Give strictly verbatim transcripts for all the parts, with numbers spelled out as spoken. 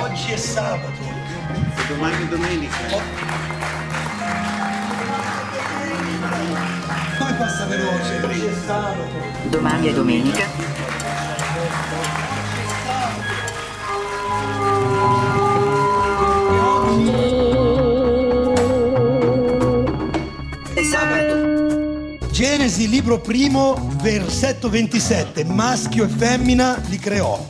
oggi è sabato. Domani è domenica. Oh. Come passa veloce? Oggi è sabato. Domani è domenica. È sabato. Genesi, libro primo, versetto ventisette. Maschio e femmina li creò.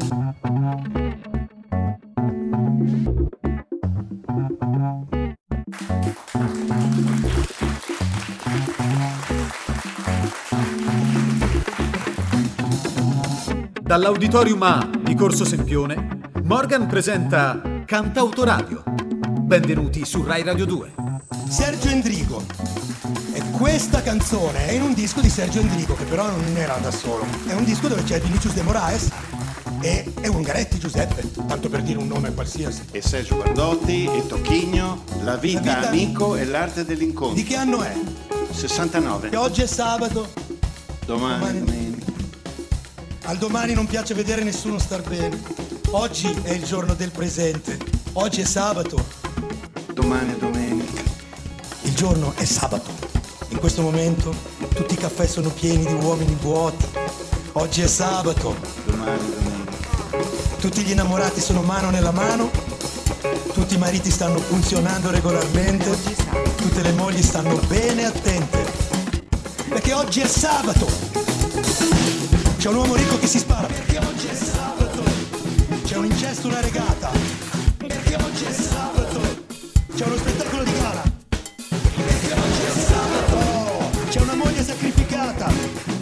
Dall'Auditorium A di Corso Sempione, Morgan presenta Cantautoradio. Benvenuti su Rai Radio due. Sergio Endrigo. E questa canzone è in un disco di Sergio Endrigo, che però non era da solo. È un disco dove c'è Vinicius de Moraes e, e Ungaretti Giuseppe, tanto per dire un nome qualsiasi. E Sergio Guardotti e Tocchigno, La vita, La vita amico e l'arte dell'incontro. Di che anno è? sessantanove. E oggi è sabato. Domani, Domani. domenica. Al domani non piace vedere nessuno star bene. Oggi è il giorno del presente. Oggi è sabato. Domani è domenica. Il giorno è sabato. In questo momento tutti i caffè sono pieni di uomini vuoti. Oggi è sabato. Domani è domenica. Tutti gli innamorati sono mano nella mano. Tutti i mariti stanno funzionando regolarmente. Tutte le mogli stanno bene attente. Perché oggi è sabato. C'è un uomo ricco che si spara perché oggi è sabato. C'è un incesto, una regata perché oggi è sabato. C'è uno spettacolo di gala perché oggi è sabato. C'è una moglie sacrificata.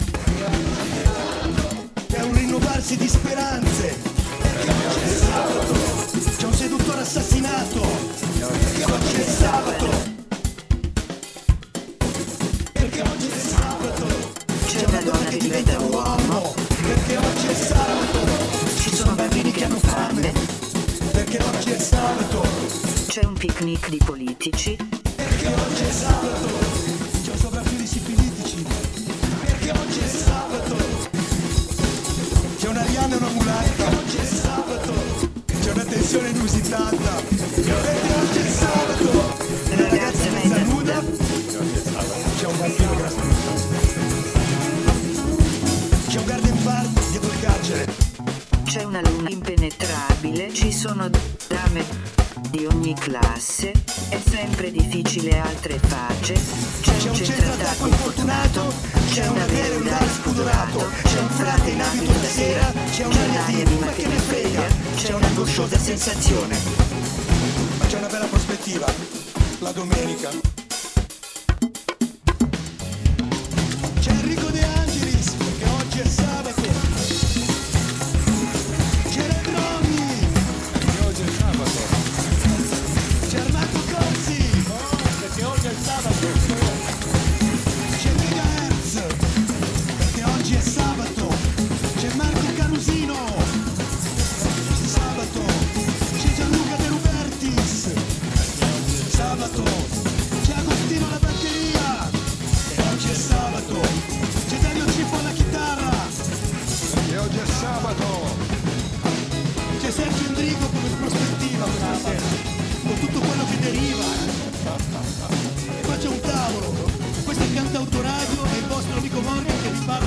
C'è un rinnovarsi di speranze perché oggi è sabato. C'è un seduttore assassinato perché oggi è sabato. Perché oggi è sabato. C'è una donna che diventa uomo perché oggi è sabato. Ci sono bambini che hanno fame. Perché oggi è sabato. C'è un picnic di politici. Perché oggi è sabato. C'è un sovraflusso di sifilitici. Perché oggi è sabato. C'è una liana e una mulatta. Oggi è sabato. C'è una tensione inusitata. Perché oggi è sabato. E la ragazza è mezza nuda. C'è un bambino che la spruzza. C'è un garden party dietro il carcere. C'è una luna impenetrabile. Ci sono dame di ogni classe. È sempre difficile altre facce. C'è, C'è un un centro-attacco infortunato. C'è un avere un dare spudorato. C'è un frate in abito da sera. C'è un'aria di ma che ne frega. C'è un'angosciosa sensazione. Ma c'è una bella prospettiva. La domenica. C'è Enrico De Angelis, perché oggi è sabato. C'è Red Ronnie, perché oggi è sabato. C'è Armando Cozzi, perché oggi è sabato. C'è Megahertz, perché oggi è sabato. C'è Marco Carusino, sabato. C'è Gianluca De Rubertis, sabato. C'è Agostino alla batteria, e oggi è sabato. C'è Dario Cifo alla chitarra, e oggi è sabato. C'è Sergio Endrigo come prospettiva questa sera, con tutto quello che deriva. E poi c'è un tavolo. Questo è Cantautoradio e il vostro amico Morgan che vi parla.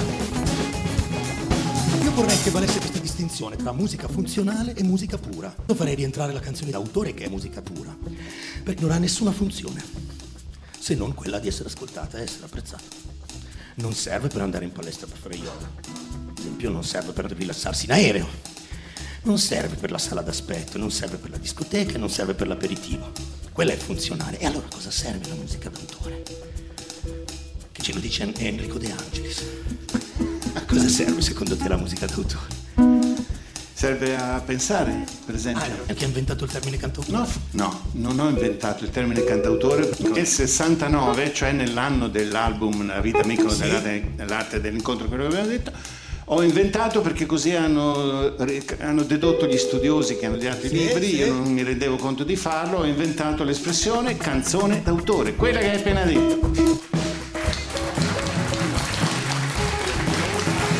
Io vorrei che valesse questa distinzione tra musica funzionale e musica pura. Io farei rientrare la canzone d'autore, che è musica pura, perché non ha nessuna funzione, se non quella di essere ascoltata e essere apprezzata. Non serve per andare in palestra per fare yoga. Ad esempio, non serve per rilassarsi in aereo. Non serve per la sala d'aspetto, non serve per la discoteca, non serve per l'aperitivo. Quella è funzionale. E allora cosa serve la musica d'autore? Che ce lo dice Enrico De Angelis. A cosa serve secondo te la musica d'autore? Serve a pensare, per esempio. Ah, è che ha inventato il termine cantautore? No, no, non ho inventato il termine cantautore. Nel sessantanove, cioè nell'anno dell'album La vita amico Sì. dell'arte, dell'arte dell'incontro, quello che abbiamo detto, ho inventato perché così hanno, hanno dedotto gli studiosi che hanno dato i Sì, libri, sì. io non mi rendevo conto di farlo, ho inventato l'espressione canzone d'autore, quella che hai appena detto.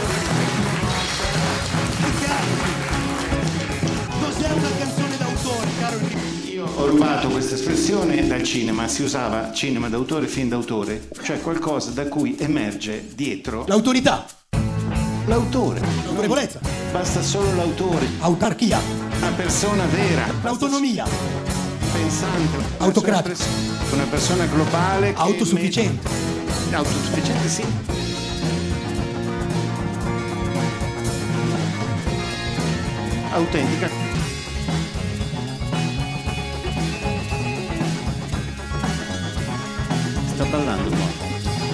Cos'è una canzone d'autore? questa espressione dal cinema, si usava cinema d'autore, film d'autore, cioè qualcosa da cui emerge dietro L'autorità. l'autore. L'autorevolezza. Basta solo l'autore, Autarchia. una persona vera, L'autonomia. pensante, Autocratica. una persona globale, che Autosufficiente. mette- autosufficiente, sì. Autentica. Sta ballando un po'.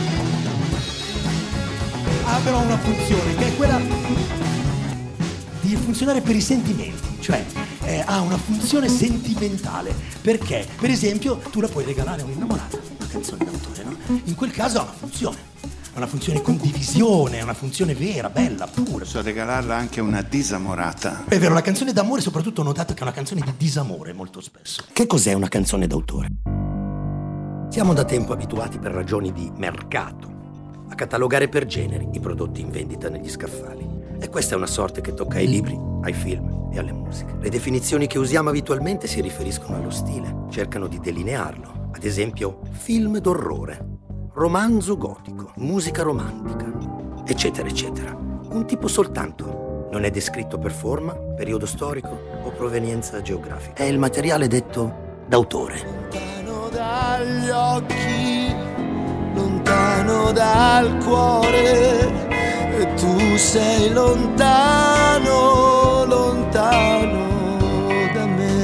Ha però una funzione che è quella di funzionare per i sentimenti, cioè eh, ha una funzione sentimentale, perché per esempio tu la puoi regalare a un'innamorata, una canzone d'autore, no? In quel caso ha una funzione, ha una funzione condivisione, ha una funzione vera, bella, pura. Posso regalarla anche a una disamorata. È vero, la canzone d'amore soprattutto ho notato che è una canzone di disamore molto spesso. Che cos'è una canzone d'autore? Siamo da tempo abituati per ragioni di mercato a catalogare per generi i prodotti in vendita negli scaffali. E questa è una sorte che tocca ai libri, ai film e alle musiche. Le definizioni che usiamo abitualmente si riferiscono allo stile, cercano di delinearlo. Ad esempio, film d'orrore, romanzo gotico, musica romantica, eccetera, eccetera. Un tipo soltanto non è descritto per forma, periodo storico o provenienza geografica. È il materiale detto d'autore. Lontano dagli occhi, lontano dal cuore, e tu sei lontano, lontano da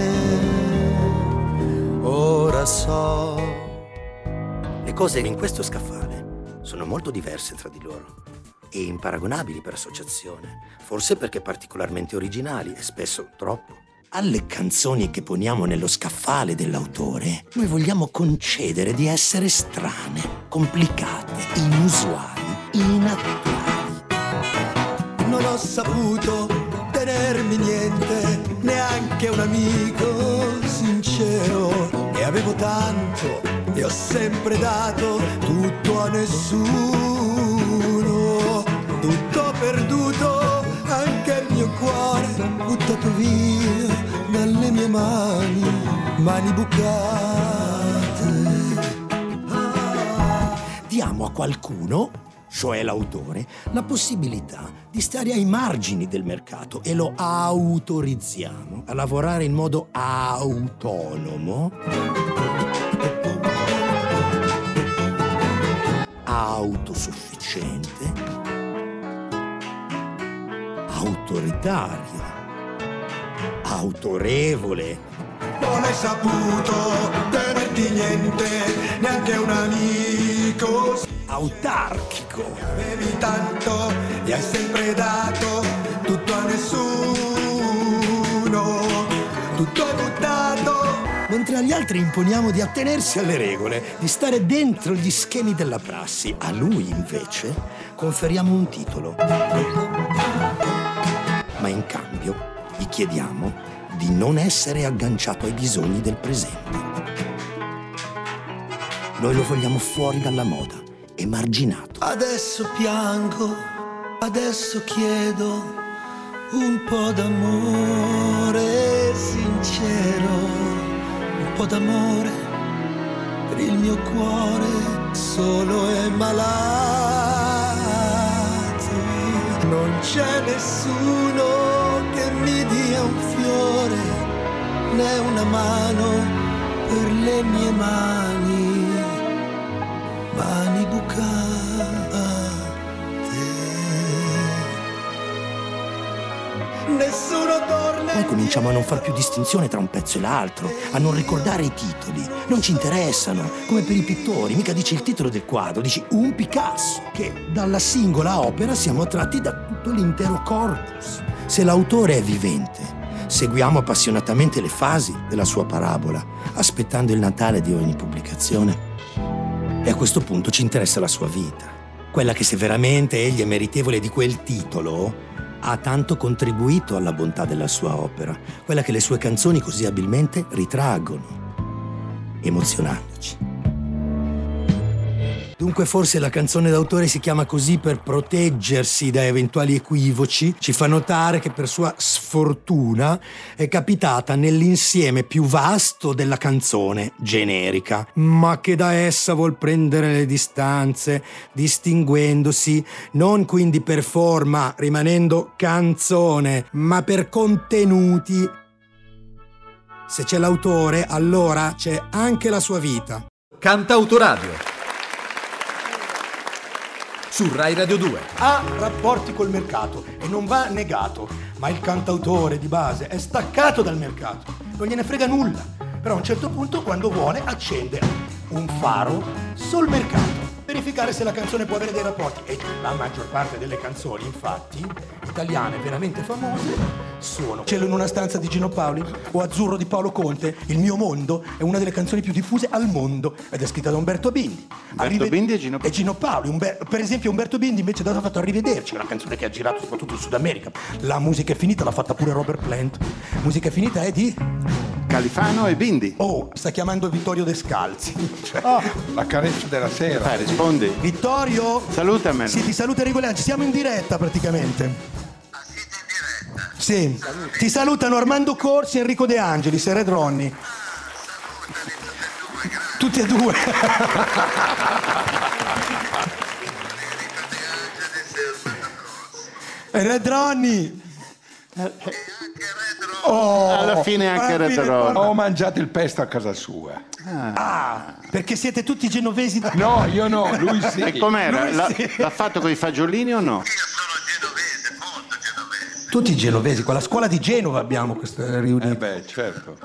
me. Ora so. Le cose in questo scaffale sono molto diverse tra di loro e imparagonabili per associazione, forse perché particolarmente originali e spesso troppo. Alle canzoni che poniamo nello scaffale dell'autore, noi vogliamo concedere di essere strane, complicate, inusuali, inattuali. Non ho saputo tenermi niente, neanche un amico sincero. E avevo tanto e ho sempre dato tutto a nessuno. Tutto perduto, anche il mio cuore buttato via dalle mie mani, mani bucate. Diamo a qualcuno, cioè l'autore, la possibilità di stare ai margini del mercato e lo autorizziamo a lavorare in modo autonomo, autosufficiente, autoritario, autorevole. Non hai saputo tenerti niente, neanche un amico. Autarchico. Avevi tanto e hai sempre dato tutto a nessuno. Tutto hai buttato. Mentre agli altri imponiamo di attenersi alle regole, di stare dentro gli schemi della prassi, a lui invece conferiamo un titolo. Ma in cambio gli chiediamo di non essere agganciato ai bisogni del presente. Noi lo vogliamo fuori dalla moda, emarginato. Adesso piango, adesso chiedo un po' d'amore sincero, un po' d'amore per il mio cuore solo è malato. Non c'è nessuno che mi dia un fiore, né una mano per le mie mani, mani bucate. Nessuno torna. Poi cominciamo a non far più distinzione tra un pezzo e l'altro, a non ricordare i titoli. Non ci interessano, come per i pittori. Mica dici il titolo del quadro, dici un Picasso. Che dalla singola opera siamo attratti da tutto l'intero corpus. Se l'autore è vivente, seguiamo appassionatamente le fasi della sua parabola, aspettando il Natale di ogni pubblicazione. E a questo punto ci interessa la sua vita, quella che se veramente egli è meritevole di quel titolo, ha tanto contribuito alla bontà della sua opera, quella che le sue canzoni così abilmente ritraggono, emozionandoci. Dunque forse la canzone d'autore si chiama così per proteggersi da eventuali equivoci. Ci fa notare che per sua sfortuna è capitata nell'insieme più vasto della canzone generica, ma che da essa vuol prendere le distanze, distinguendosi non quindi per forma, rimanendo canzone, ma per contenuti. Se c'è l'autore, allora c'è anche la sua vita. Cantautoradio su Rai Radio due. Ha rapporti col mercato e non va negato, ma il cantautore di base è staccato dal mercato, non gliene frega nulla, però a un certo punto quando vuole accende un faro sul mercato, verificare se la canzone può avere dei rapporti, e la maggior parte delle canzoni infatti italiane veramente famose sono Cielo in una stanza di Gino Paoli o Azzurro di Paolo Conte. Il mio mondo è una delle canzoni più diffuse al mondo ed è scritta da Umberto Bindi. Umberto Arrive... Bindi e Gino Paoli. E Gino Paoli. Umber... Per esempio Umberto Bindi invece ha fatto Arrivederci, una canzone che ha girato soprattutto in Sud America. La musica è finita l'ha fatta pure Robert Plant. Musica è finita è di Califano e Bindi. Oh, sta chiamando Vittorio Descalzi. Oh, la carezza della sera. Fai, rispondi. Vittorio, Salutamelo. sì, ti saluta Enrico Leanci, siamo in diretta praticamente. Ah, siete in diretta? Sì, ti salutano Armando Corsi e Enrico De Angelis e Red Ronnie. Ah, salutali tutti e due, grazie. Tutti e due. Enrico De Angelis e Armando Corsi. E Red Ronnie. E anche Red Ronnie. Oh, Alla fine anche alla Red fine Ronnie. parla- Ho mangiato il pesto a casa sua. Ah, perché siete tutti genovesi. No, io no, lui sì. E com'era? Lui L'ha, sì. l'ha fatto con i fagiolini o no? Io sono genovese, molto genovese. Tutti genovesi, con la scuola di Genova abbiamo queste Eh riunioni. beh, certo.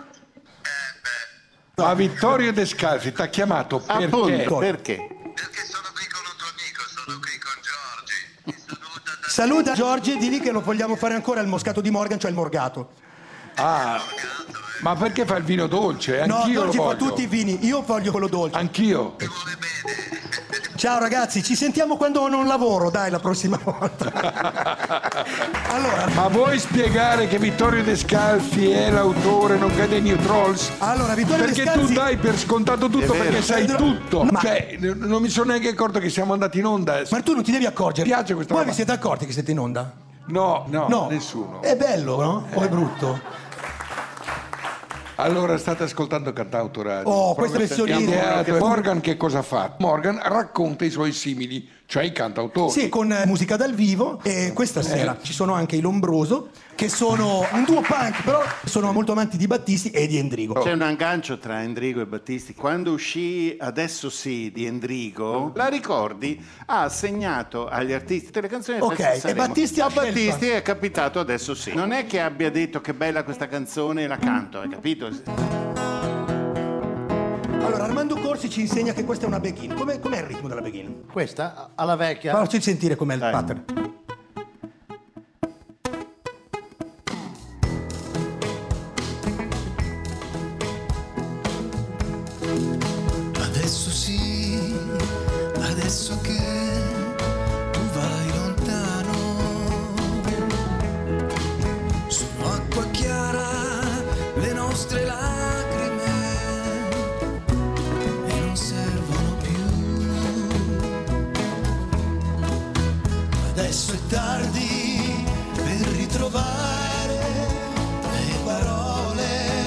Ma Vittorio Descalzi ti ha chiamato perché? Appunto, perché? Perché sono qui con un tuo amico, sono qui con Giorgi. Mi saluta da Saluta Giorgi e digli che lo vogliamo fare ancora il moscato di Morgan, cioè il morgato. Ah, ma perché fa il vino dolce? No, Anch'io lo Giorgi fa voglio. tutti i vini, io voglio quello dolce. Anch'io. vuole bene. Ciao ragazzi, ci sentiamo quando non lavoro, dai, la prossima volta. Allora, Ma vuoi spiegare che Vittorio Descalzi è l'autore nonché dei New Trolls? allora Vittorio Perché Descalzi... tu dai per scontato tutto È vero. perché sai tutto. Ma- Cioè, n- non mi sono neanche accorto che siamo andati in onda. Ma tu non ti devi accorgere. Mi piace questa Voi roba. vi siete accorti che siete in onda? No, no, No. nessuno. È bello, no? O è brutto? Allora state ascoltando Cantautoradio. Oh, questo è il Abbiamo sorriso. ideato- Morgan che cosa fa? Morgan racconta i suoi simili, cioè i cantautori. Sì, con eh, musica dal vivo e questa sera ci sono anche i Lombroso, che sono un duo punk, però sono molto amanti di Battisti e di Endrigo. C'è un aggancio tra Endrigo e Battisti. Quando uscì Adesso sì di Endrigo, la ricordi? Ha assegnato agli artisti delle canzoni del Ok, Festival e Sanremo. Battisti ha a scelto. Battisti è capitato Adesso sì. Non è che abbia detto che bella questa canzone e la canto, hai capito? Allora, Armando Corsi ci insegna che questa è una begin. Com'è, com'è il ritmo della begin? Questa alla vecchia. Facci sentire com'è il Dai. pattern. Adesso sì, adesso che tu vai lontano, sono acqua chiara le nostre lacrime e non servono più. Adesso è tardi per ritrovare le parole.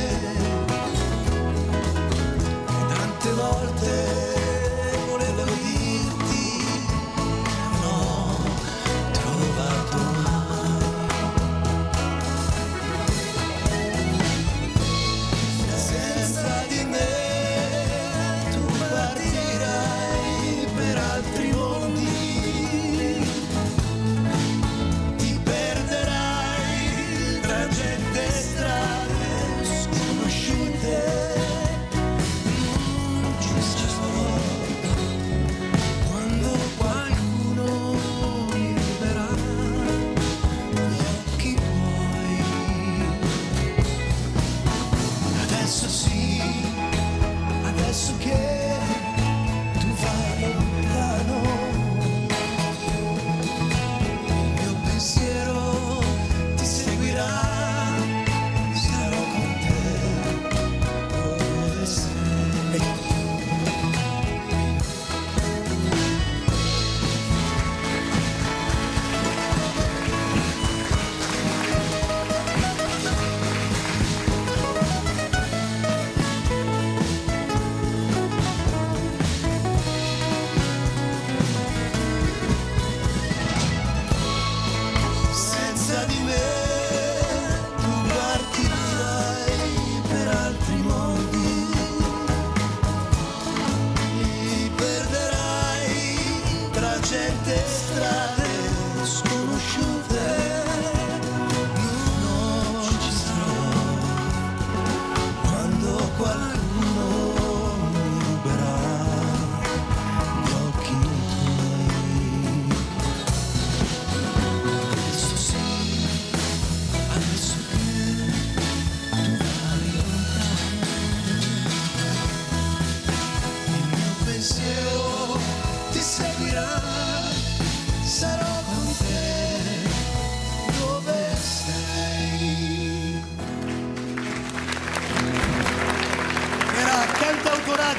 Tante volte volevo dirti no, trovato mai. Senza di me tu partirai per altri mondi, ti perderai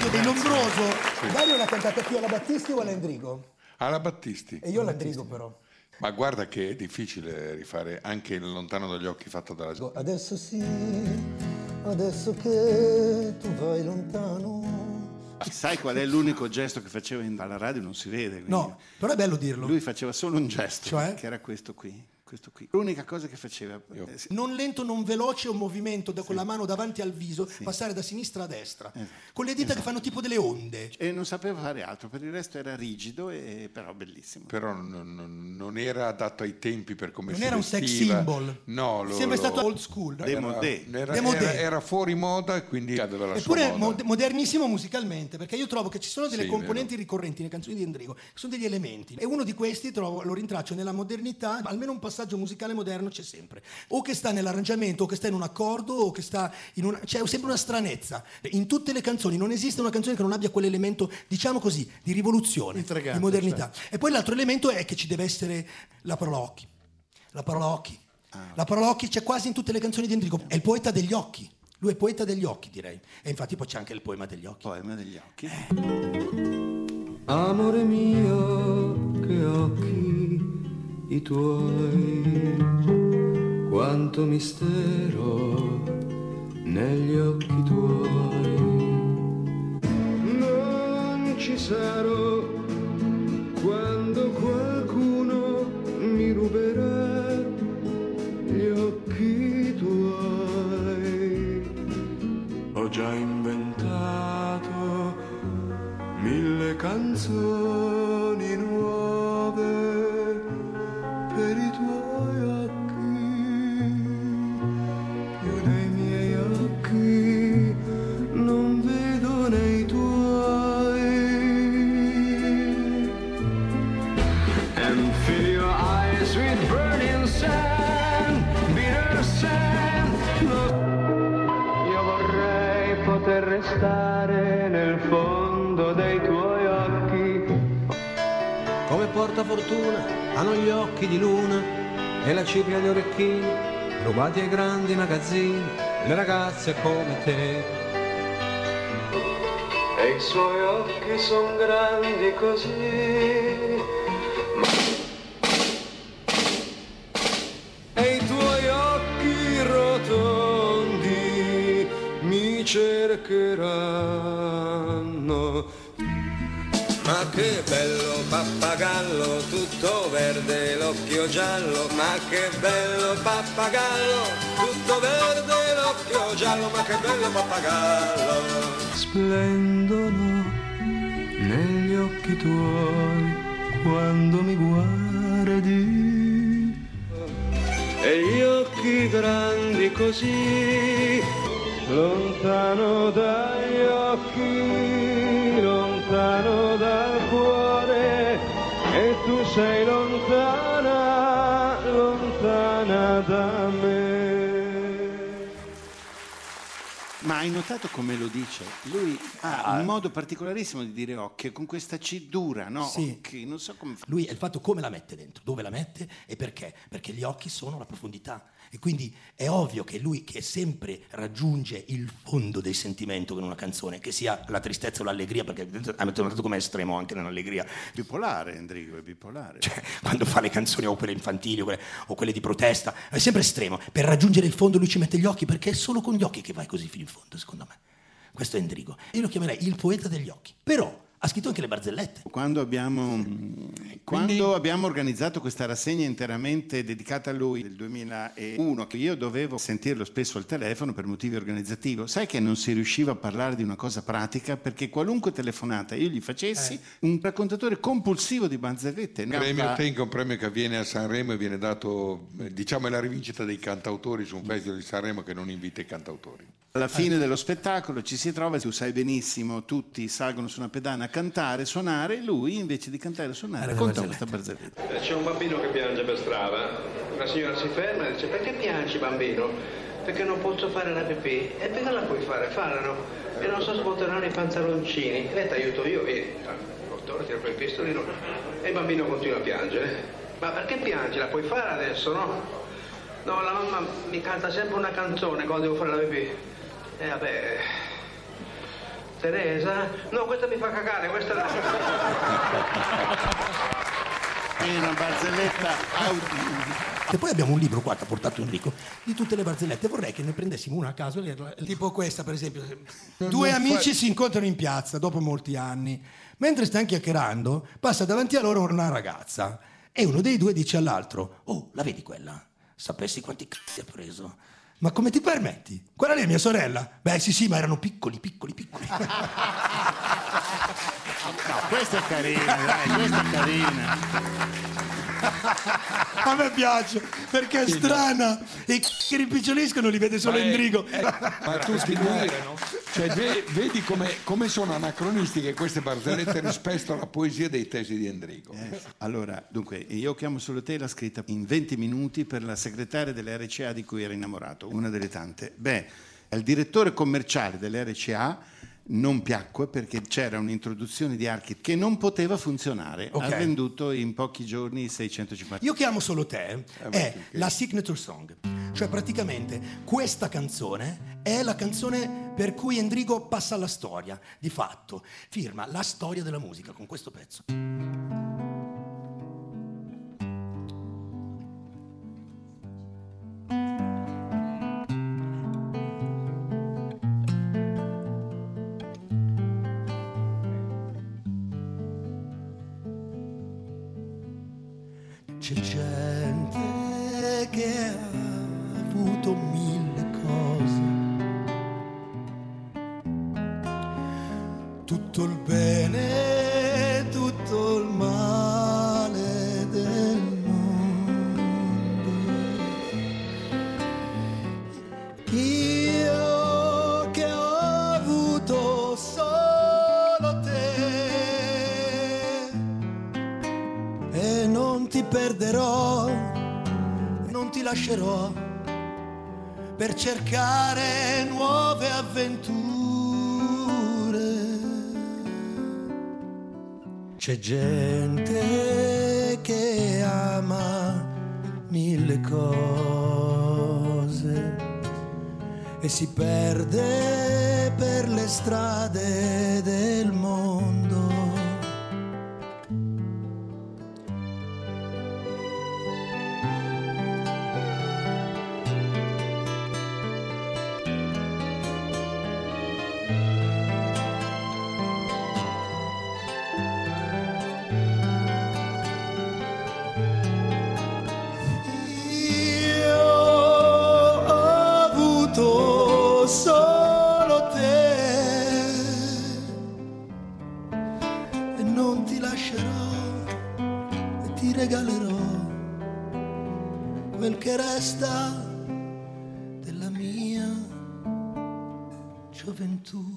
esempio dei Lombroso, Dario l'ha cantata più alla Battisti o all'Endrigo? Alla Battisti. E io all'Endrigo però. Ma guarda che è difficile rifare anche il Lontano dagli occhi fatto dalla... Adesso sì, adesso che tu vai lontano. Sai qual è l'unico gesto che faceva in... alla radio? Non si vede. Quindi... No, però è bello dirlo. Lui faceva solo un gesto, cioè? Che era questo qui. Questo qui. L'unica cosa che faceva. Io. Eh, sì. Non lento, non veloce, un movimento da, con Sì. la mano davanti al viso, Sì. passare da sinistra a destra, Esatto. con le dita Esatto. che fanno tipo delle onde. E non sapeva fare altro, per il resto era rigido, e però bellissimo. Però non, non- non era adatto ai tempi per come Non si era un sex vestiva. symbol. No, lo, Sempre lo- stato old school. De- Demodé. Era, era, Demodé. era- era fuori moda e quindi cadeva la Eppure sua moda. mod- modernissimo musicalmente, perché io trovo che ci sono delle Sì, componenti ricorrenti nelle canzoni di Endrigo, che sono degli elementi, e uno di questi trovo, lo rintraccio nella modernità. Almeno un passaggio musicale moderno c'è sempre, o che sta nell'arrangiamento, o che sta in un accordo, o che sta in una... c'è sempre una stranezza in tutte le canzoni. Non esiste una canzone che non abbia quell'elemento, diciamo così, di rivoluzione, Intrigante, di modernità. E poi l'altro elemento è che ci deve essere la parola occhi. La parola occhi. La parola occhi c'è quasi in tutte le canzoni di Endrigo. È il poeta degli occhi. Lui è poeta degli occhi, direi. E infatti poi c'è anche il poema degli occhi. Poema degli occhi. Amore mio, che occhi i tuoi, quanto mistero negli occhi tuoi. Non ci sarò quando qualcuno mi ruberà gli occhi tuoi. Ho già inventato mille canzoni nuove per i tuoi occhi, più dei miei occhi non vedo nei tuoi. And fill your eyes with burning sand, bitter sand. Io vorrei poter restare nel fondo dei tuoi occhi. Come porta fortuna hanno gli occhi di luna e la cipria agli orecchini, rubati ai grandi magazzini, le ragazze come te. E i suoi occhi son grandi così, e i tuoi occhi rotondi mi cercheranno. Ma che bello pappagallo, tutto verde, l'occhio giallo. Ma che bello pappagallo, tutto verde, l'occhio giallo. Ma che bello pappagallo. Splendono negli occhi tuoi quando mi guardi, e gli occhi grandi così, lontano dagli occhi, lontano dal cuore, e tu sei lontana, lontana da me. Ma hai notato come lo dice? Lui ha un modo particolarissimo di dire occhi, con questa C dura, no? Sì. Occhi, non so come fa. Lui è il fatto come la mette dentro, dove la mette e perché. Perché gli occhi sono la profondità. E quindi è ovvio che lui, che sempre raggiunge il fondo del sentimento in una canzone, che sia la tristezza o l'allegria, perché avete notato come è estremo anche nell'allegria. Bipolare, Endrigo, è bipolare. Cioè, quando fa le canzoni o quelle infantili o quelle, o quelle di protesta, è sempre estremo. Per raggiungere il fondo lui ci mette gli occhi, perché è solo con gli occhi che vai così fino in fondo, secondo me. Questo è Endrigo. Io lo chiamerei il poeta degli occhi. Però ha scritto anche le barzellette. Quando abbiamo, quando abbiamo organizzato questa rassegna interamente dedicata a lui del duemilauno, che io dovevo sentirlo spesso al telefono per motivi organizzativi, sai che non si riusciva a parlare di una cosa pratica, perché qualunque telefonata io gli facessi, Eh. un raccontatore compulsivo di barzellette. Il premio Tenca è un premio che avviene a Sanremo e viene dato, eh, diciamo, è la rivincita dei cantautori su un festival di Sanremo che non invita i cantautori. Alla fine dello spettacolo ci si trova, tu sai benissimo, tutti salgono su una pedana a cantare, suonare, e lui invece di cantare e suonare Era racconta barzelletta. questa barzelletta. C'è un bambino che piange per strada, la signora si ferma e dice: perché piangi bambino? Perché non posso fare la pipì. E perché la puoi fare? Falla, no? E non so sbottonare i pantaloncini. E ti aiuto io, vieni. Il portone tira quel pistolino e il bambino continua a piangere. Ma perché piangi? La puoi fare adesso, no? No, la mamma mi canta sempre una canzone quando devo fare la pipì. E vabbè, Teresa? No, questa mi fa cagare, questa la... È una barzelletta audio. E poi abbiamo un libro qua che ha portato Enrico di tutte le barzellette. Vorrei che ne prendessimo una a caso e leerla. Tipo questa, per esempio. Due amici si incontrano in piazza dopo molti anni. Mentre stanno chiacchierando, passa davanti a loro una ragazza e uno dei due dice all'altro: oh, la vedi quella? Sapessi quanti c***i ha preso? Ma come ti permetti? Quella lì è mia sorella. Beh, sì, sì, ma erano piccoli, piccoli, piccoli. No, questa è carina, dai, questa è carina. A me piace perché è strana e che rimpiccioliscono li vede solo ma è, Endrigo. È, ma tu ti no? Cioè, vedi come, come sono anacronistiche queste barzellette rispetto alla poesia dei testi di Endrigo. Eh, allora, dunque, Io chiamo solo te l'ha scritta in venti minuti per la segretaria dell'R C A di cui era innamorato, una delle tante. Beh, al direttore commerciale dell'R C A non piacque perché c'era un'introduzione di archi che non poteva funzionare. Okay. Ha venduto in pochi giorni seicentocinquanta. Io chiamo solo te eh, è la signature song, cioè praticamente questa canzone è la canzone per cui Endrigo passa alla storia, di fatto firma la storia della musica con questo pezzo. C'è gente che ha avuto mille cose, tutto il bene, tutto il male del mondo. Io che ho avuto solo te e non ti perderò, non ti lascerò per cercare nuove avventure. C'è gente che ama mille cose e si perde per le strade del mondo. Solo te e non ti lascerò e ti regalerò quel che resta della mia gioventù.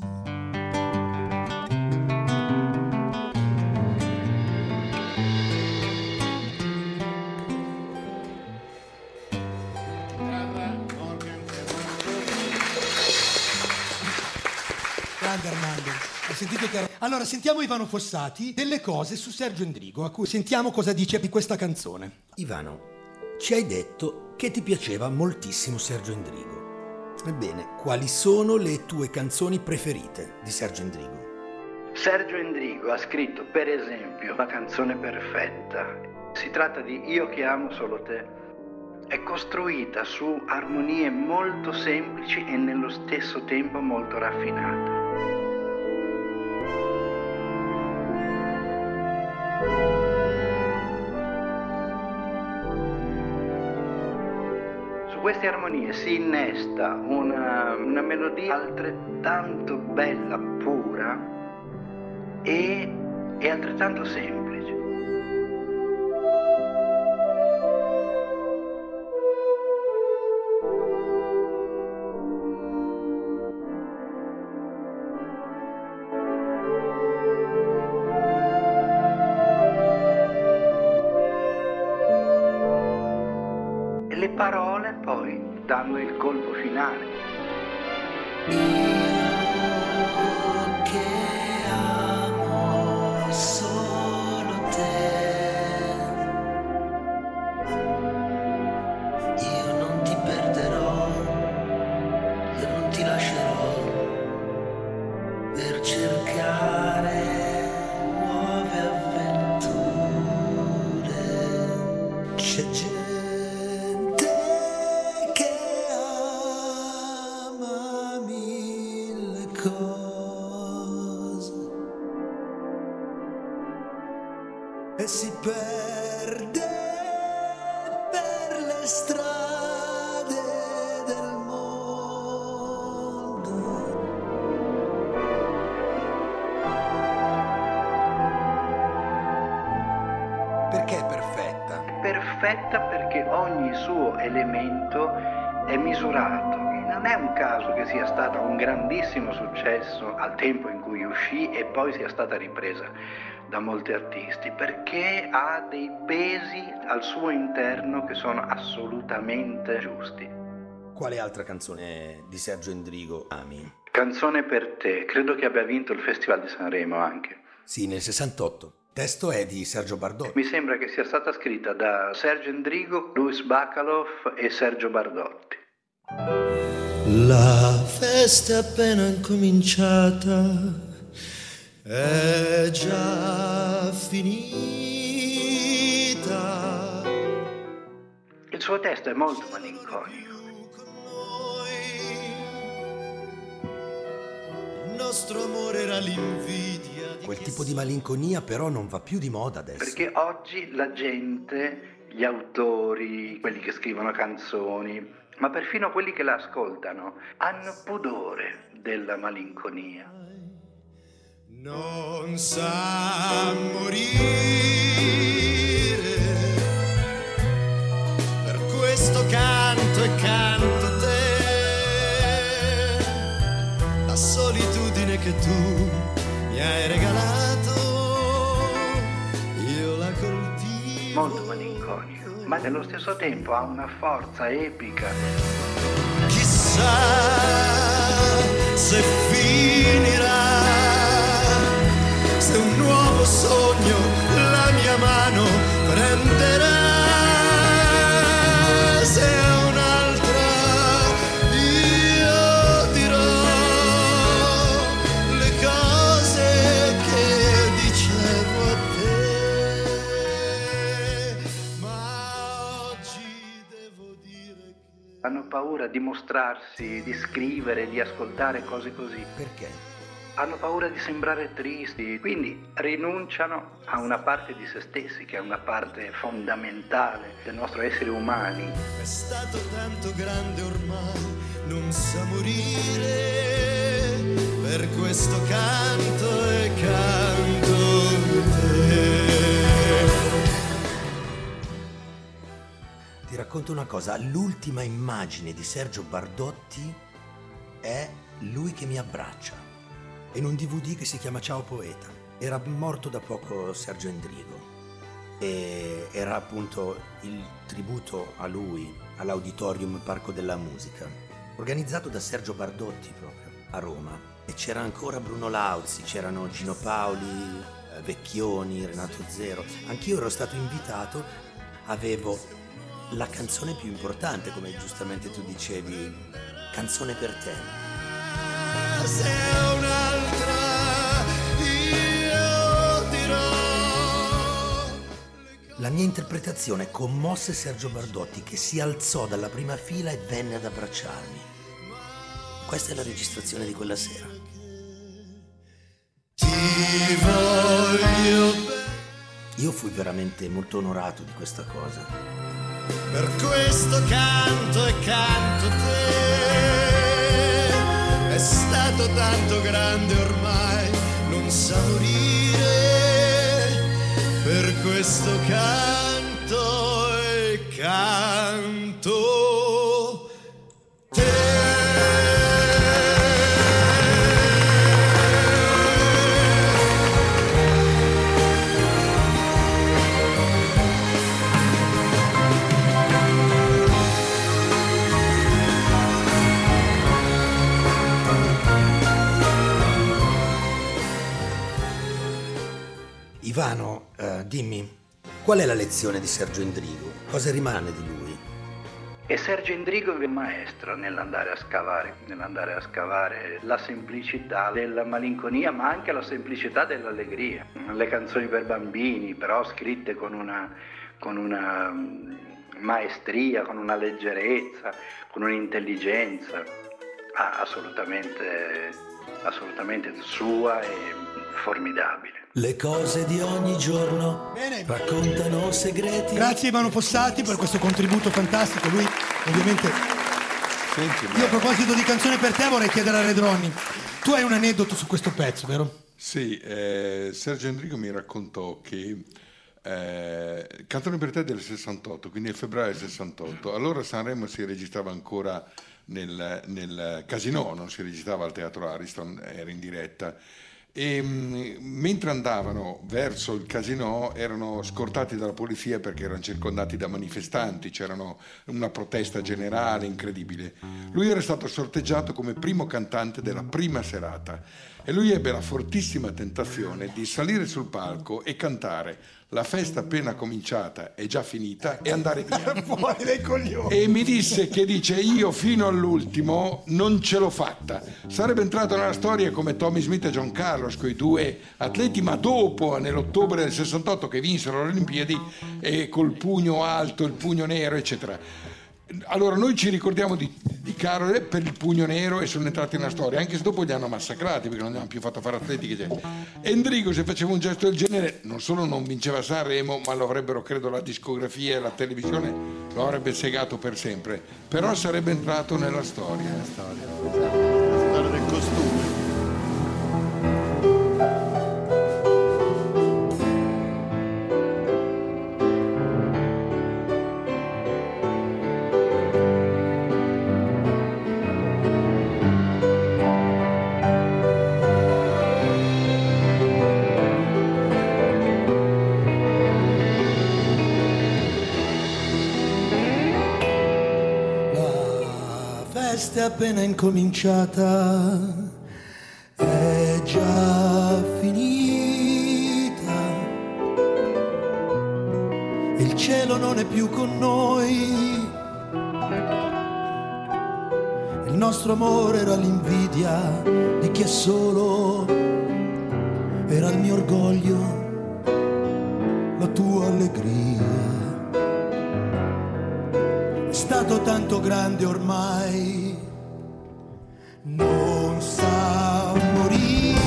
Armando, hai sentito che... Allora sentiamo Ivano Fossati delle cose su Sergio Endrigo, a cui sentiamo cosa dice di questa canzone. Ivano, ci hai detto che ti piaceva moltissimo Sergio Endrigo. Ebbene, quali sono le tue canzoni preferite di Sergio Endrigo? Sergio Endrigo ha scritto per esempio la canzone perfetta. Si tratta di Io che amo solo te. È costruita su armonie molto semplici e nello stesso tempo molto raffinate. Su queste armonie si innesta una, una melodia altrettanto bella, pura e, e altrettanto semplice. Le parole poi danno il colpo finale. Io che amo solo te, io non ti perderò, io non ti lascerò per cercare strade del mondo. Perché è perfetta? Perfetta perché ogni suo elemento è misurato. Non è un caso che sia stata un grandissimo successo al tempo in cui uscì e poi sia stata ripresa da molti artisti, perché ha dei pesi al suo interno che sono assolutamente giusti. Quale altra canzone di Sergio Endrigo ami? Canzone per te, credo che abbia vinto il Festival di Sanremo anche. Sì, nel sessantotto. Testo è di Sergio Bardotti. Mi sembra che sia stata scritta da Sergio Endrigo, Luis Bacalov e Sergio Bardotti. La festa è appena incominciata, è già finita. Il suo testo è molto malinconico. Il nostro amore era l'invidia. Quel tipo di malinconia però non va più di moda adesso. Perché oggi la gente, gli autori, quelli che scrivono canzoni, ma perfino quelli che la ascoltano, hanno pudore della malinconia. Non sa morire, per questo canto e canto te, la solitudine che tu mi hai regalato, io la coltivo. Molto malinconico, ma nello stesso tempo ha una forza epica. Chissà se finirà, se un nuovo sogno la mia mano prenderà, se un'altra io dirò le cose che dicevo a te, ma oggi devo dire che... Hanno paura di mostrarsi, di scrivere, di ascoltare cose così. Perché? Hanno paura di sembrare tristi, quindi rinunciano a una parte di se stessi, che è una parte fondamentale del nostro essere umani. È stato tanto grande ormai, non sa morire, per questo canto e canto te. Ti racconto una cosa, l'ultima immagine di Sergio Bardotti è lui che mi abbraccia. In un D V D che si chiama Ciao Poeta. Era morto da poco Sergio Endrigo e era appunto il tributo a lui all'Auditorium Parco della Musica, organizzato da Sergio Bardotti proprio a Roma. E c'era ancora Bruno Lauzi, c'erano Gino Paoli, Vecchioni, Renato Zero. Anch'io ero stato invitato, avevo la canzone più importante, come giustamente tu dicevi, Canzone per te. Se un'altra io dirò. La mia interpretazione commosse Sergio Bardotti, che si alzò dalla prima fila e venne ad abbracciarmi. Questa è la registrazione di quella sera. Ti voglio bene. Io fui veramente molto onorato di questa cosa. Per questo canto e canto te. È stato tanto grande ormai, non sa morire, per questo canto e canto te. Ivano, uh, dimmi, qual è la lezione di Sergio Endrigo? Cosa rimane di lui? E Sergio Endrigo è un maestro nell'andare a scavare, nell'andare a scavare la semplicità della malinconia, ma anche la semplicità dell'allegria. Le canzoni per bambini, però scritte con una, con una maestria, con una leggerezza, con un'intelligenza ah, assolutamente, assolutamente sua e formidabile. Le cose di ogni giorno Bene. raccontano segreti. Grazie Ivano Fossati per questo contributo fantastico. Lui ovviamente... Senti, Io a proposito di canzone per te vorrei chiedere a Redronni, tu hai un aneddoto su questo pezzo, vero? Sì, eh, Sergio Endrigo mi raccontò che eh, Canzone per te del sessantotto, quindi nel febbraio del sessantotto, allora Sanremo si registrava ancora nel, nel Casino, non si registrava al Teatro Ariston, era in diretta. E mh, mentre andavano verso il Casino erano scortati dalla polizia perché erano circondati da manifestanti, c'erano una protesta generale incredibile. Lui era stato sorteggiato come primo cantante della prima serata e lui ebbe la fortissima tentazione di salire sul palco e cantare "La festa appena cominciata è già finita" e andare via. Fuori dai coglioni. E mi disse che dice io fino all'ultimo non ce l'ho fatta, sarebbe entrato nella storia come Tommy Smith e John Carlos, quei due atleti, ma dopo nell'ottobre del sessantotto che vinsero le Olimpiadi e col pugno alto, il pugno nero eccetera. Allora noi ci ricordiamo di, di Carole per il pugno nero e sono entrati nella storia, anche se dopo li hanno massacrati perché non gli hanno più fatto fare atletiche. Endrigo, se faceva un gesto del genere, non solo non vinceva Sanremo, ma lo avrebbero, credo, la discografia e la televisione lo avrebbe segato per sempre, però sarebbe entrato nella storia. La storia, la storia del costume. È appena incominciata, è già finita, il cielo non è più con noi, il nostro amore era l'invidia di chi è solo, era il mio orgoglio, la tua allegria, è stato tanto grande ormai. Non sa morire,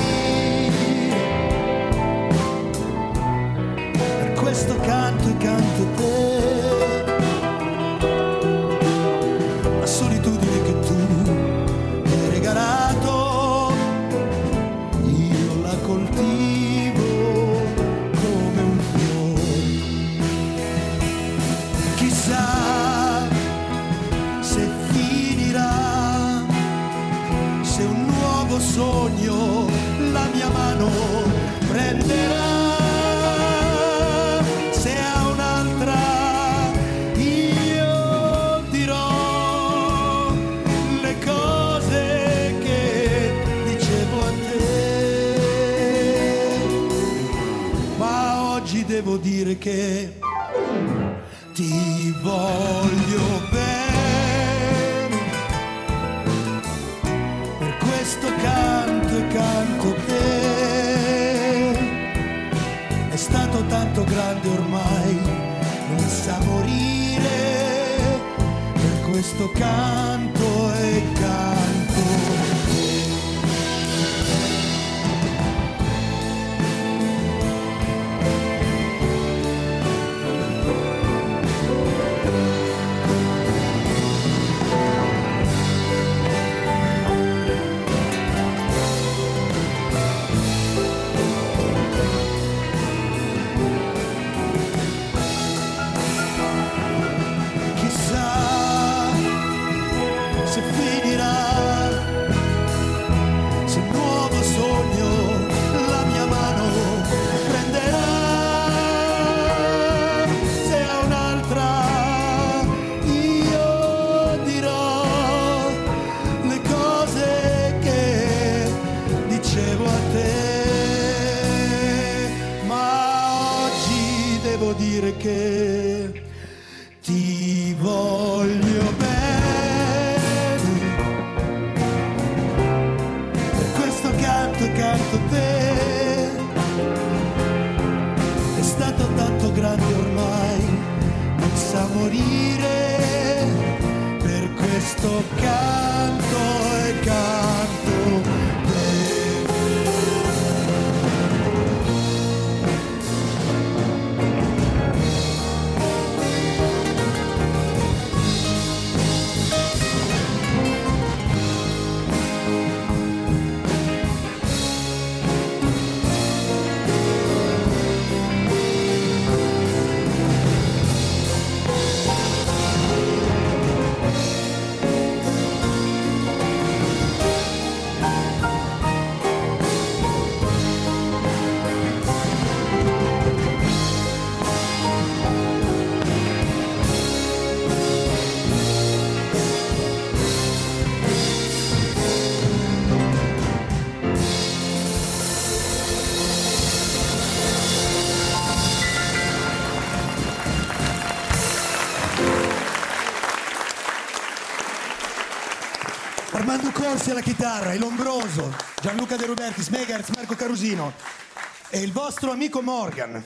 per questo canto e canto te, la solitudine che tu mi hai regalato, io la coltivo come un fiore, chissà se finirà, se un nuovo sogno la mia mano prenderà, se a un'altra io dirò le cose che dicevo a te, ma oggi devo dire che ti voglio bene. Questo canto e canto te, è stato tanto grande ormai, non sa morire, per questo canto e canto te. Che ti voglio bene, per questo canto e canto te, è stato tanto grande ormai, non sa morire, per questo canto e canto te. Armando Corsi alla chitarra, il Lombroso, Gianluca De Robertis, Megahertz, Marco Carusino e il vostro amico Morgan.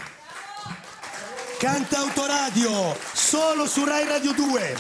Cantautoradio, solo su Rai Radio due.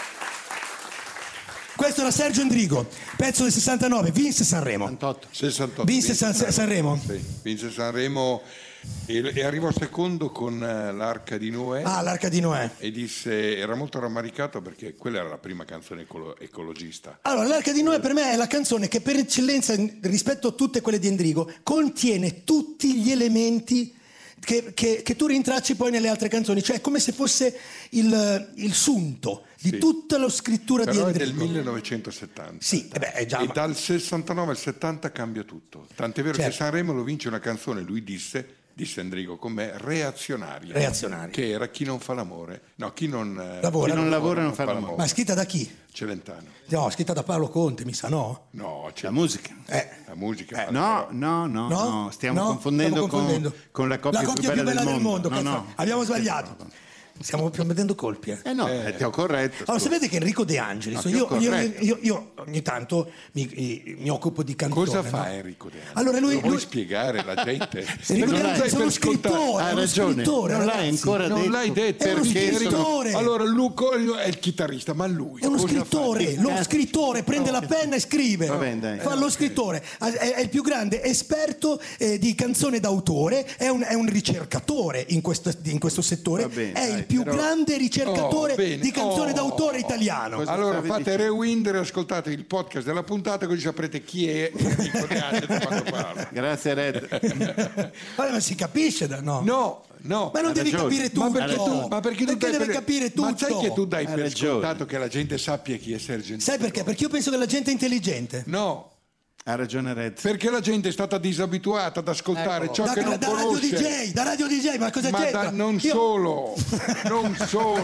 Questo era Sergio Endrigo, pezzo del sessantanove, vinse Sanremo. sessantotto. sessantotto. Vinse San- Sanremo. Sì, vinse Sanremo e, e arrivò secondo con uh, l'Arca di Noè. Ah, l'Arca di Noè. E disse, era molto rammaricato perché quella era la prima canzone ecolo- ecologista. Allora, l'Arca di Noè per me è la canzone che per eccellenza, rispetto a tutte quelle di Endrigo, contiene tutti gli elementi Che, che, che tu rintracci poi nelle altre canzoni, cioè è come se fosse il, il sunto di Sì. tutta la scrittura Però di è Endrigo. del millenovecentosettanta. Sì, eh beh, è già, e ma- dal sessantanove al settanta cambia tutto. Tant'è vero Certo. che Sanremo lo vince una canzone, lui disse, disse Endrigo con me, reazionaria. Reazionaria. Che era Chi non fa l'amore. No, chi non eh, Lavora. chi non lavora non fa l'amore. Ma è scritta da chi? Celentano. No, scritta da Paolo Conte, mi sa, no? No, c'è La musica. Eh. la musica. Eh, no, no, no, No? no, stiamo No? confondendo, Stiamo confondendo. Con, con la coppia, La coppia più bella del mondo, No, cazzo. no. Abbiamo sbagliato. Stiamo prendendo colpi, eh. Eh no, eh, ti ho corretto. Allora, scusa. sapete che Enrico De Angelis, No, ti ho io, io, corretto. io, io ogni tanto mi, mi occupo di cantone. Cosa fa no? Enrico De Angelis? Allora lui, Lo vuoi lui spiegare alla gente? Enrico Non De dai Angelis è per uno scontato. scrittore, Ha è uno ragione, scrittore, non l'hai ragazzi. ancora Non detto. l'hai detto È uno perché sono- scrittore. Allora Luco è il chitarrista, ma lui È uno cosa scrittore, fa? lo Cazzo. scrittore prende la penna e scrive. Va bene, dai. Fa lo scrittore, è, è il più grande esperto eh, di canzone d'autore, è un, è un ricercatore in questo, in questo settore, Va bene, è dai, il più però- grande ricercatore Oh, bene. di canzone Oh. d'autore italiano. Cosa Allora stavi fate dicendo? rewind e ascoltate il podcast della puntata così saprete chi è Enrico De Angelis quando parla. Grazie Red. Vabbè, ma si capisce da no? No, no. Ma non Ha devi ragione. capire tutto. Ma perché tu, ma perché tu Perché dai deve per- capire tutto. Ma sai che tu dai Ha per ragione. scontato che la gente sappia chi è Sergio Endrigo? Sai perché? Perché io penso che la gente è intelligente. No, Ha ragione Red. perché la gente è stata disabituata ad ascoltare ciò Da, che non da Radio conosce. D J, da Radio D J, ma cosa Ma c'entra? da- non Io- solo, non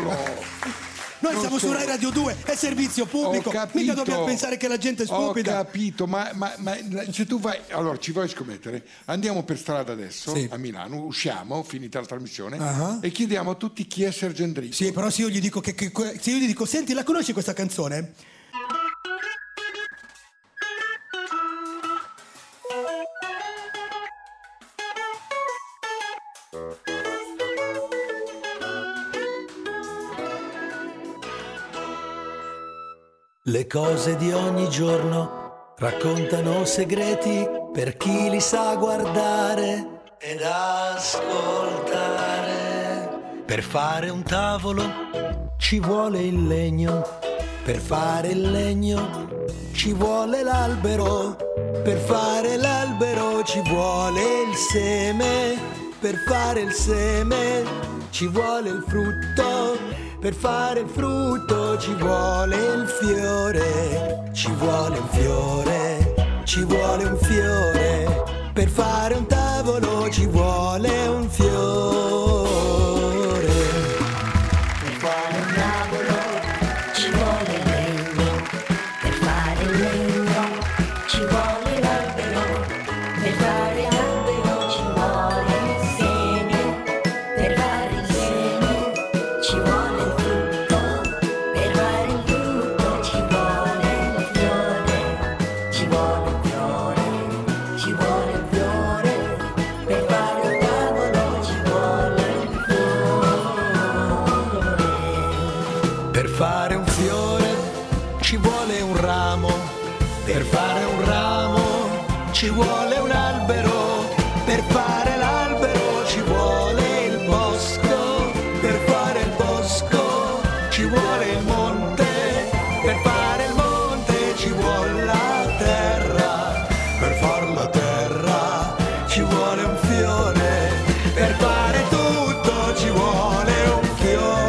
solo. Noi non siamo su solo. Rai Radio due, è servizio pubblico, Ho capito. mica dobbiamo pensare che la gente è stupida. Ho capito, ma, ma- ma se tu vai, allora ci vuoi scommettere? Andiamo per strada adesso Sì. a Milano, usciamo, finita la trasmissione, Ah. e chiediamo a tutti chi è Sergio Endrigo. Sì, però se io gli dico che, che- que- se io gli dico, senti, la conosci questa canzone? Le cose di ogni giorno raccontano segreti per chi li sa guardare ed ascoltare. Per fare un tavolo ci vuole il legno, per fare il legno ci vuole l'albero, per fare l'albero ci vuole il seme, per fare il seme ci vuole il frutto, per fare il frutto ci vuole il fiore, ci vuole un fiore, ci vuole un fiore, per fare un tavolo ci vuole un fiore. Per fare un tavolo ci vuole il legno, per fare il legno ci vuole l'albero, per fare l'albero ci vuole il seme, per fare il seme ci vuole il frutto, per fare il frutto ci vuole il fiore, ci vuole il fiore, ci vuole il fiore, per fare un tavolo ci vuole il fiore. Per fare un fiore ci vuole un ramo, per fare un ramo ci vuole un albero, per fare l'albero ci vuole il bosco, per fare il bosco ci vuole il monte, per fare il monte ci vuole la terra, per far la terra ci vuole un fiore, per fare tutto ci vuole un fiore.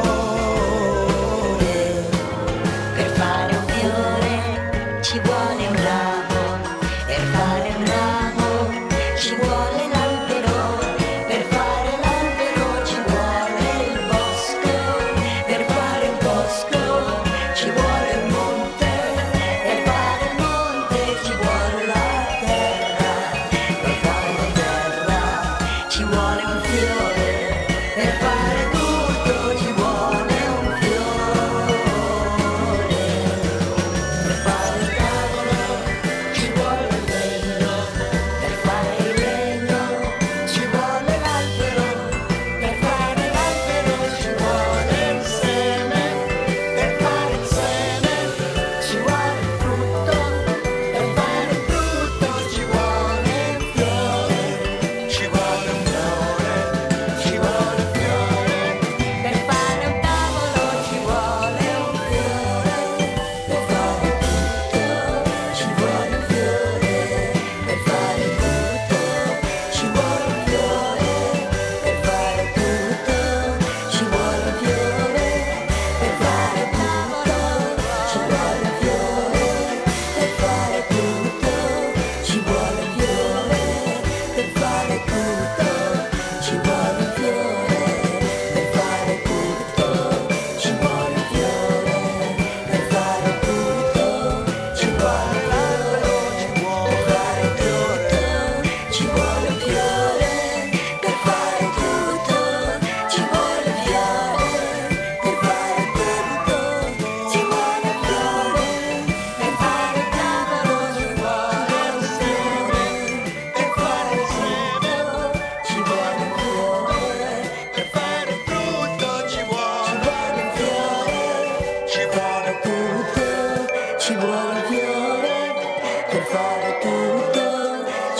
Per fare un fiore ci vuole un ramo, per fare un ramo ci vuole l'albero, per fare l'albero ci vuole il bosco, per fare il bosco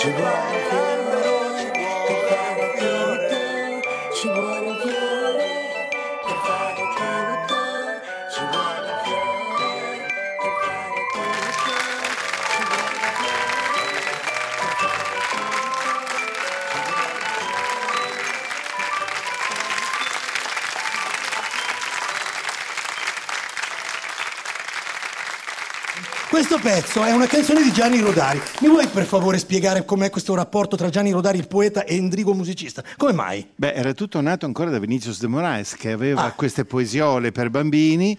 ci vuole l'albero, per fare tutto, ci vuole un fiore, per fare tutto, ci vuole un fiore, per fare tutto, ci vuole un fiore, per fare Questo pezzo è una canzone di Gianni Rodari. Mi vuoi per favore spiegare com'è questo rapporto tra Gianni Rodari il poeta e Endrigo musicista? Come mai? Beh, era tutto nato ancora da Vinicius de Moraes, che aveva Ah. queste poesiole per bambini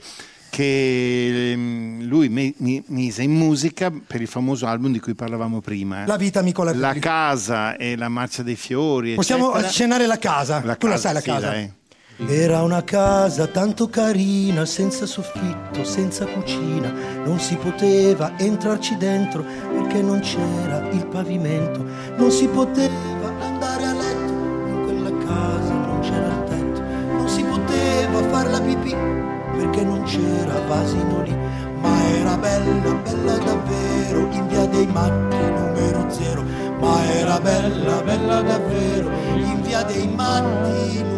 che mm, lui me- mi- mise in musica per il famoso album di cui parlavamo prima. La vita amico la La casa e la marcia dei fiori. Possiamo eccetera. accennare la casa? La Tu la casa, sai la sì, casa? dai. Era una casa tanto carina, senza soffitto, senza cucina, non si poteva entrarci dentro perché non c'era il pavimento, non si poteva andare a letto, in quella casa non c'era il tetto, non si poteva far la pipì perché non c'era vasino lì, ma era bella, bella davvero, in via dei Matti numero zero, ma era bella, bella davvero, in via dei Matti numero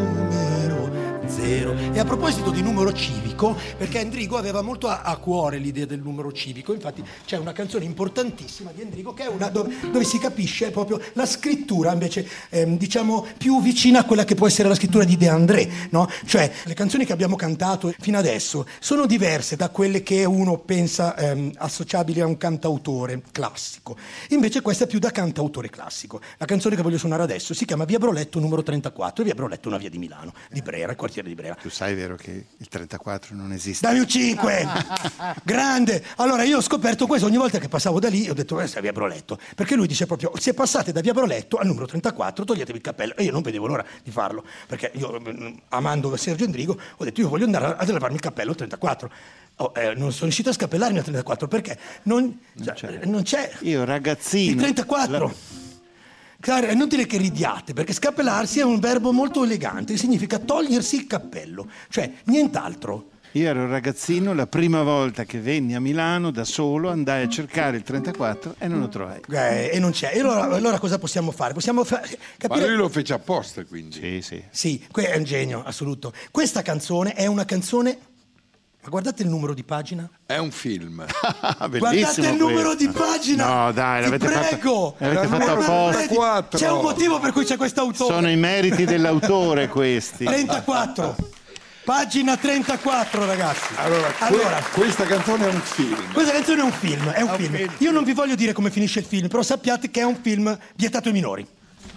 zero. E a proposito di numero civico, perché Endrigo aveva molto a, a cuore l'idea del numero civico, infatti c'è una canzone importantissima di Endrigo che è una dove, dove si capisce proprio la scrittura invece ehm, diciamo più vicina a quella che può essere la scrittura di De André, no? Cioè le canzoni che abbiamo cantato fino adesso sono diverse da quelle che uno pensa ehm, associabili a un cantautore classico, invece questa è più da cantautore classico. La canzone che voglio suonare adesso si chiama Via Broletto numero trentaquattro, e Via Broletto è una via di Milano, di Brera, il quartiere di Brera. Tu sai, vero, che il trentaquattro non esiste? Dammi un cinque! Grande! Allora io ho scoperto questo ogni volta che passavo da lì, ho detto questa è Via Broletto, perché lui dice proprio se passate da Via Broletto al numero trentaquattro toglietevi il cappello, e io non vedevo l'ora di farlo, perché io amando Sergio Endrigo ho detto io voglio andare a levarmi il cappello al trentaquattro. Oh, eh, non sono riuscito a scappellarmi al trentaquattro perché non, Non c'è. non c'è Io ragazzino. il trentaquattro. La- Claro, è inutile che ridiate, perché scappellarsi è un verbo molto elegante, significa togliersi il cappello, cioè nient'altro. Io ero ragazzino, la prima volta che venni a Milano da solo andai a cercare il trentaquattro e non lo trovai. Eh, e non c'è. E allora, allora cosa possiamo fare? Possiamo fa- Ma capire... lui lo fece apposta, quindi. Sì, sì. Sì, que- è un genio, assoluto. Questa canzone è una canzone... Ma guardate il numero di pagina. È un film. Guardate il numero di pagina. No, dai, Ti l'avete prego. fatto, l'avete Era fatto il numero apposta. trentaquattro. C'è un motivo per cui c'è quest'autore. Sono i meriti dell'autore questi. trentaquattro. Pagina trentaquattro, ragazzi. Allora, que- Allora, questa canzone è un film. questa canzone è un film, è un un film. film. Io non vi voglio dire come finisce il film, però sappiate che è un film vietato ai minori.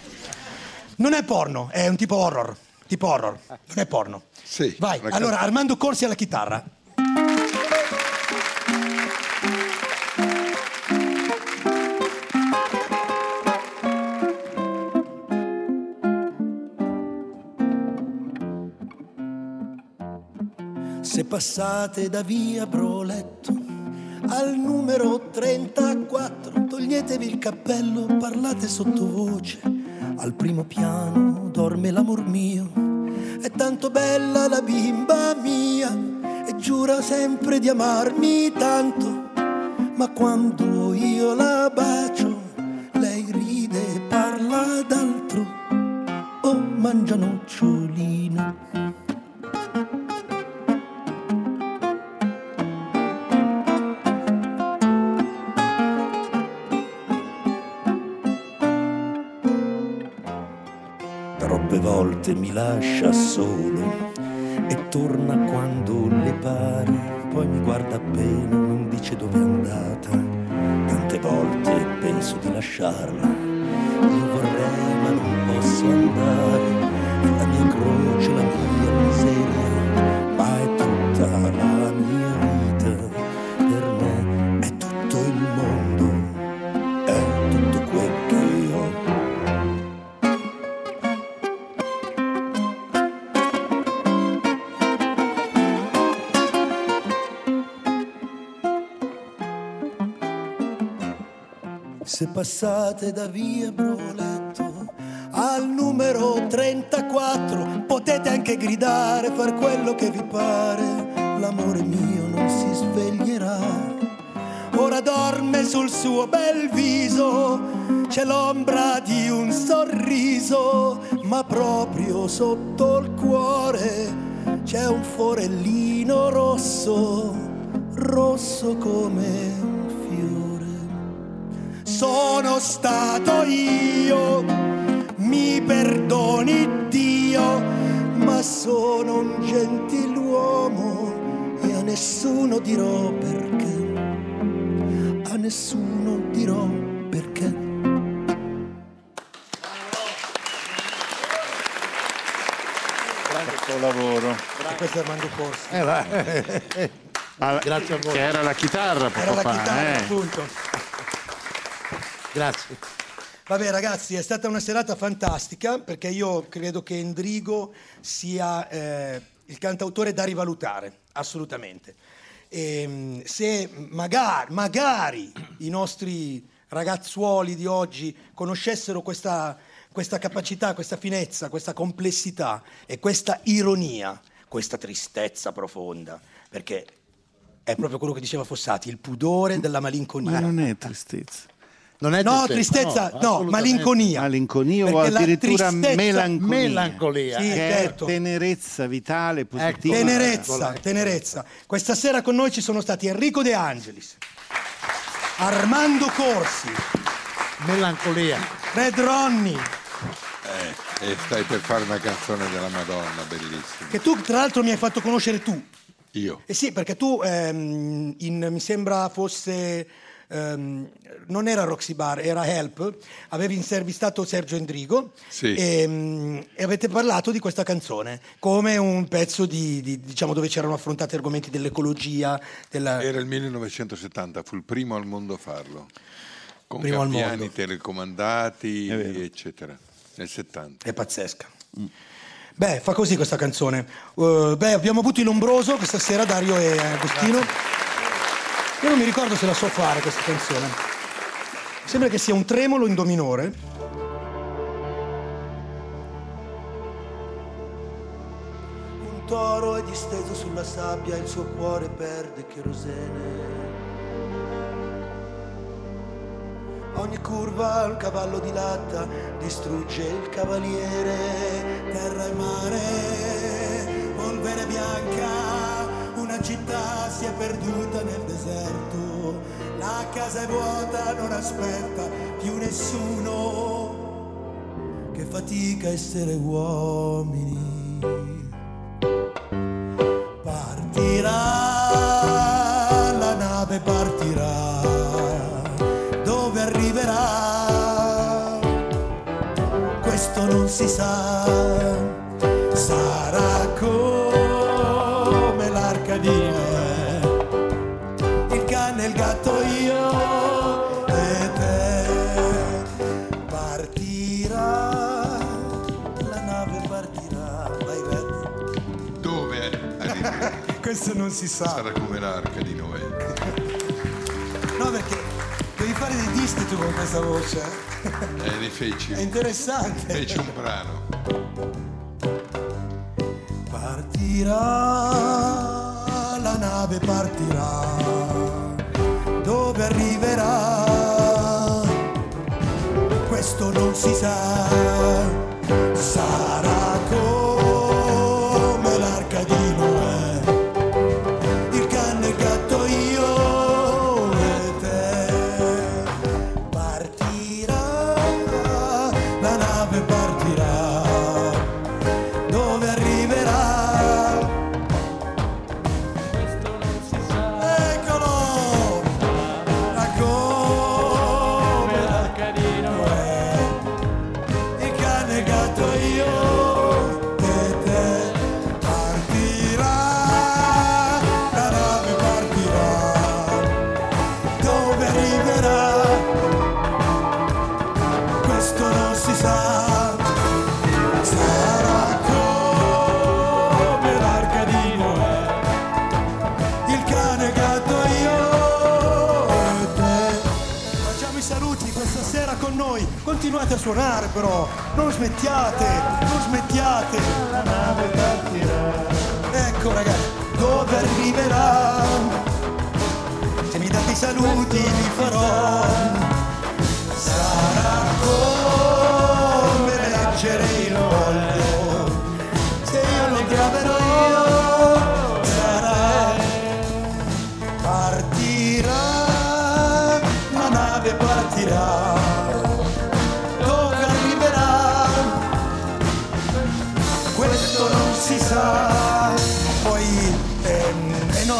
Non è porno, è un tipo horror. Tipo horror, non è porno. Sì, Vai, la allora can- Armando Corsi alla chitarra. Se passate da via Broletto al numero trentaquattro, toglietevi il cappello, parlate sottovoce. Al primo piano dorme l'amor mio, è tanto bella la bimba mia e giura sempre di amarmi tanto, ma quando io la bacio lei ride e parla d'altro. Oh, mangia nocciolino. Troppe volte mi lascia solo e torna quando le pare, poi mi guarda appena, non dice dove è andata. Tante volte penso di lasciarla, io vorrei ma non posso andare. È la mia croce, la mia miseria, ma è tutta la mia vita. Per me è tutto il mondo, è tutto quel che ho. Se passate da via Broletto al numero trentaquattro, potete anche gridare, far quello che vi pare. L'amore mio non si sveglierà, ora dorme sul suo bel viso c'è l'ombra di un sorriso, ma proprio sotto il cuore c'è un forellino rosso, rosso come un fiore. Sono stato io, mi perdoni Dio, ma sono un gentiluomo e a nessuno dirò perché, a nessuno dirò perché. Buon lavoro. Questo è Armando Corsi. Eh, va. Ma, grazie a voi. Che era la chitarra poco Era la fa, chitarra, eh. appunto. Grazie. Vabbè ragazzi, è stata una serata fantastica perché io credo che Endrigo sia eh, il cantautore da rivalutare, assolutamente. E, se magari, magari i nostri ragazzuoli di oggi conoscessero questa, questa capacità, questa finezza, questa complessità e questa ironia, questa tristezza profonda, perché è proprio quello che diceva Fossati, il pudore della malinconia. Ma non è tristezza. Non è no, tristezza, tristezza, no, no malinconia. Malinconia o Perché la addirittura tristezza- melancolia. Melancolia. Sì, che certo. è tenerezza vitale, positiva. Tenerezza, tenerezza. Questa sera con noi ci sono stati Enrico De Angelis, Armando Corsi, Melancolia, Red Ronnie, Eh, e stai per fare una canzone della Madonna, bellissima. che tu tra l'altro mi hai fatto conoscere tu. Io. Eh sì, perché tu ehm, in, mi sembra fosse ehm, non era Roxy Bar, era Help, avevi intervistato Sergio Endrigo. Sì. e, e avete parlato di questa canzone come un pezzo di, di, diciamo dove c'erano affrontati argomenti dell'ecologia, della... Era il millenovecentosettanta, fu il primo al mondo a farlo. Con Primo al campiani mondo. telecomandati, eccetera, nel settanta. È pazzesca. Beh, fa così questa canzone. Uh, beh, abbiamo avuto il Lombroso questa sera, Dario e Agostino. Io non mi ricordo se la so fare questa canzone. Sembra che sia un tremolo in do minore. Un toro è disteso sulla sabbia, il suo cuore perde cherosene. Ogni curva un cavallo di latta distrugge il cavaliere. Terra e mare, polvere bianca, una città si è perduta nel deserto. La casa è vuota, non aspetta più nessuno. Che fatica essere uomini. Partirà, la nave partirà. Dove arriverà? Questo non si sa. Sarà come l'arca di Noè, il cane e il gatto io e te. Partirà, la nave partirà. Vai Red. Dove arriverà? Questo non si sa. Sarà come l'arca di Noè. No, perché devi fare dei dischi tu con questa voce. Eh, ne feci. È interessante. Feci un brano. Partirà, la nave partirà. Dove arriverà? Questo non si sa. Sarà come l'arca di Noè, il cane e il gatto io e te. Partirà, la nave partirà. Dove arriverà? Questo non si sa. Eccolo! La come l'arca di Noè, il cane e il gatto io e te. Partirà, la nave partirà. Dove arriverà? Questo non si sa. Sarà come l'arca di Noè, il cane e il gatto io e te. Facciamo i saluti questa sera con noi. Continuate a suonare però, non smettiate, non smettiate. La nave partirà. Ecco ragazzi, dove arriverà? Se mi date i saluti li farò. Sarà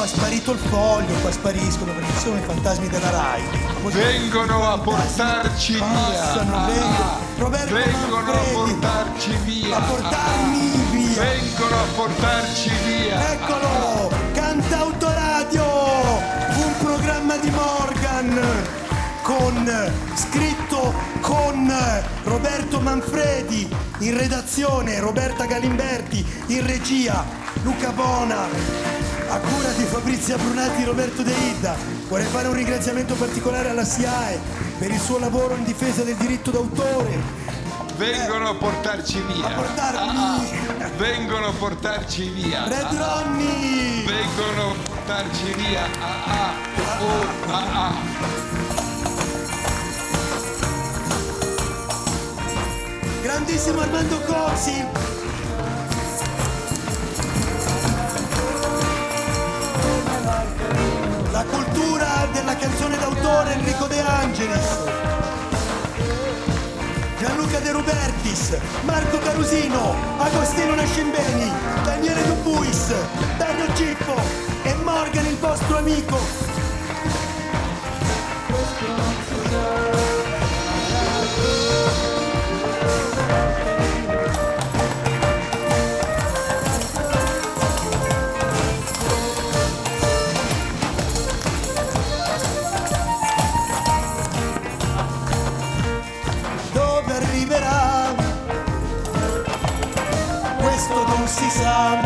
sparito il foglio, qua spariscono perché ci sono i fantasmi della Rai. Vengono a portarci passano, via. vengono. Roberto vengono Manfredi, a portarci via. A portarmi via. Vengono a portarci via. Eccolo, Cantautoradio, un programma di Morgan con scritto con Roberto Manfredi, in redazione Roberta Galimberti, in regia Luca Bona, a cura di Fabrizia Brunati, Roberto De Ida. Vorrei fare un ringraziamento particolare alla S I A E per il suo lavoro in difesa del diritto d'autore. Vengono eh, a portarci via. A portarmi. Ah, vengono a portarci via. Red ah, Ronnie. Vengono a portarci via. Ah, ah, oh, ah, ah. Grandissimo Armando Corsi. La cultura della canzone d'autore Enrico De Angelis, Gianluca De Rubertis, Marco Carusino, Agostino Nascimbeni, Daniele Dupuis, Dario Cippo e Morgan il vostro amico. Si sa,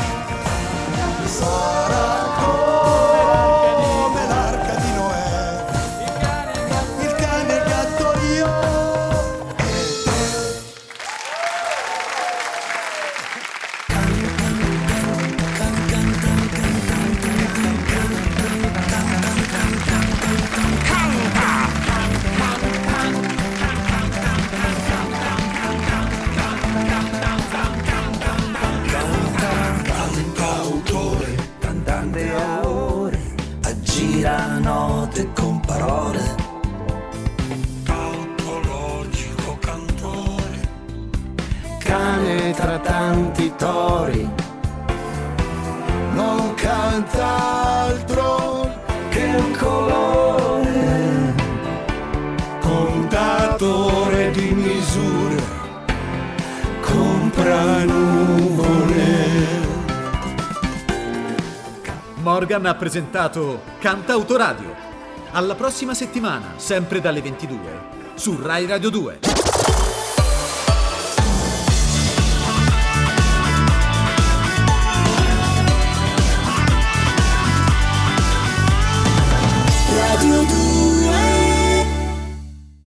sarà come l'arca di Noè, il cane, il gatto, io e te. Note con parole, tautologico cantore, cane tra tanti tori, non canta altro che un colore, contatore di misure, compra nuvole. Morgan ha presentato Cantautoradio. Alla prossima settimana, sempre dalle ventidue, su Rai Radio due.